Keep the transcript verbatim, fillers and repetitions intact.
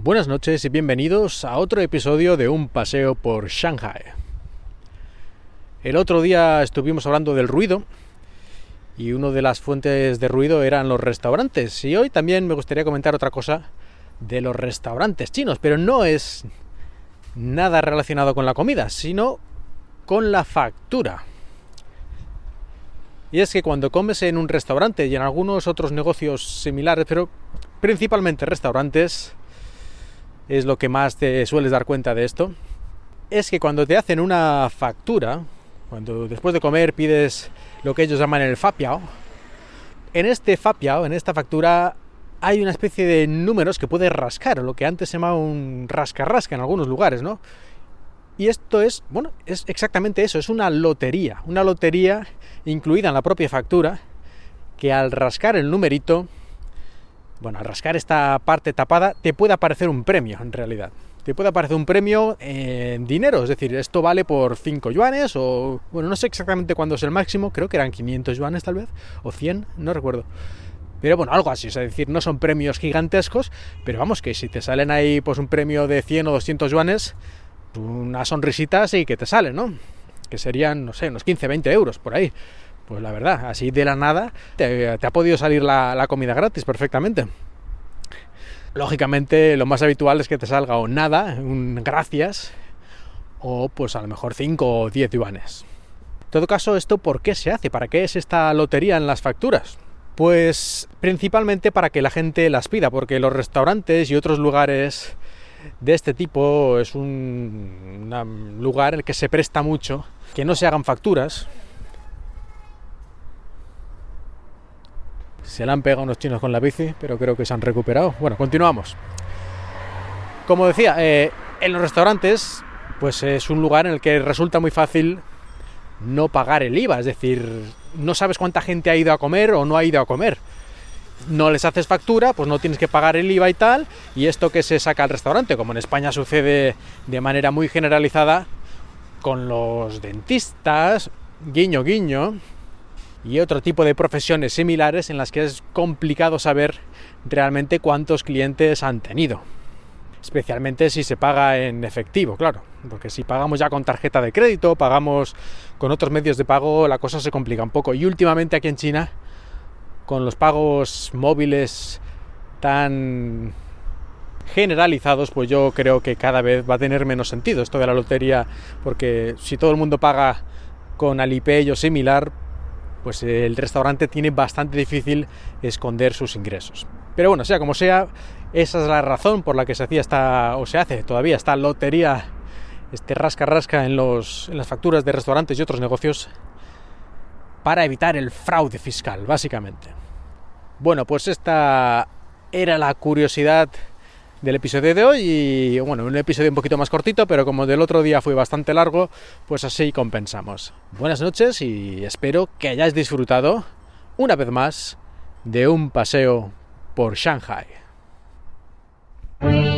Buenas noches y bienvenidos a otro episodio de Un paseo por Shanghai. El otro día estuvimos hablando del ruido y una de las fuentes de ruido eran los restaurantes, y hoy también me gustaría comentar otra cosa de los restaurantes chinos, pero no es nada relacionado con la comida, sino con la factura. Y es que cuando comes en un restaurante y en algunos otros negocios similares, pero principalmente restaurantes, es lo que más te sueles dar cuenta de esto, es que cuando te hacen una factura, cuando después de comer pides lo que ellos llaman el fapiao, en este fapiao, en esta factura, hay una especie de números que puedes rascar, lo que antes se llamaba un rasca-rasca en algunos lugares, ¿no? Y esto es, bueno, es exactamente eso, es una lotería, una lotería incluida en la propia factura, que al rascar el numerito, bueno, al rascar esta parte tapada, te puede aparecer un premio, en realidad. Te puede aparecer un premio en dinero, es decir, esto vale por cinco yuanes, o, bueno, no sé exactamente cuándo es el máximo, creo que eran quinientos yuanes tal vez, o cien, no recuerdo. Pero bueno, algo así, es decir, no son premios gigantescos, pero vamos, que si te salen ahí pues un premio de cien o doscientos yuanes, una sonrisita sí que te sale, ¿no? Que serían, no sé, unos quince, veinte euros, por ahí. Pues la verdad, así de la nada te, te ha podido salir la, la comida gratis perfectamente. Lógicamente lo más habitual es que te salga o nada, un gracias, o pues a lo mejor cinco o diez yuanes. En todo caso, ¿esto por qué se hace? ¿Para qué es esta lotería en las facturas? Pues principalmente para que la gente las pida, porque los restaurantes y otros lugares de este tipo es un, un lugar en el que se presta mucho que no se hagan facturas. Se le han pegado unos chinos con la bici, pero creo que se han recuperado. Bueno, continuamos. Como decía, eh, en los restaurantes, pues es un lugar en el que resulta muy fácil no pagar el I V A. Es decir, no sabes cuánta gente ha ido a comer o no ha ido a comer. No les haces factura, pues no tienes que pagar el I V A y tal. Y esto que se saca al restaurante, como en España sucede de manera muy generalizada con los dentistas, guiño guiño, y otro tipo de profesiones similares en las que es complicado saber realmente cuántos clientes han tenido. Especialmente si se paga en efectivo, claro. Porque si pagamos ya con tarjeta de crédito, pagamos con otros medios de pago, la cosa se complica un poco. Y últimamente aquí en China, con los pagos móviles tan generalizados, pues yo creo que cada vez va a tener menos sentido esto de la lotería, porque si todo el mundo paga con Alipay o similar, pues el restaurante tiene bastante difícil esconder sus ingresos. Pero bueno, sea como sea, esa es la razón por la que se hacía esta, o se hace todavía esta lotería, este rasca-rasca en, los, en las facturas de restaurantes y otros negocios, para evitar el fraude fiscal, básicamente. Bueno, pues esta era la curiosidad del episodio de hoy, y bueno, un episodio un poquito más cortito, pero como del otro día fue bastante largo, pues así compensamos. Buenas noches y espero que hayáis disfrutado una vez más de un paseo por Shanghai.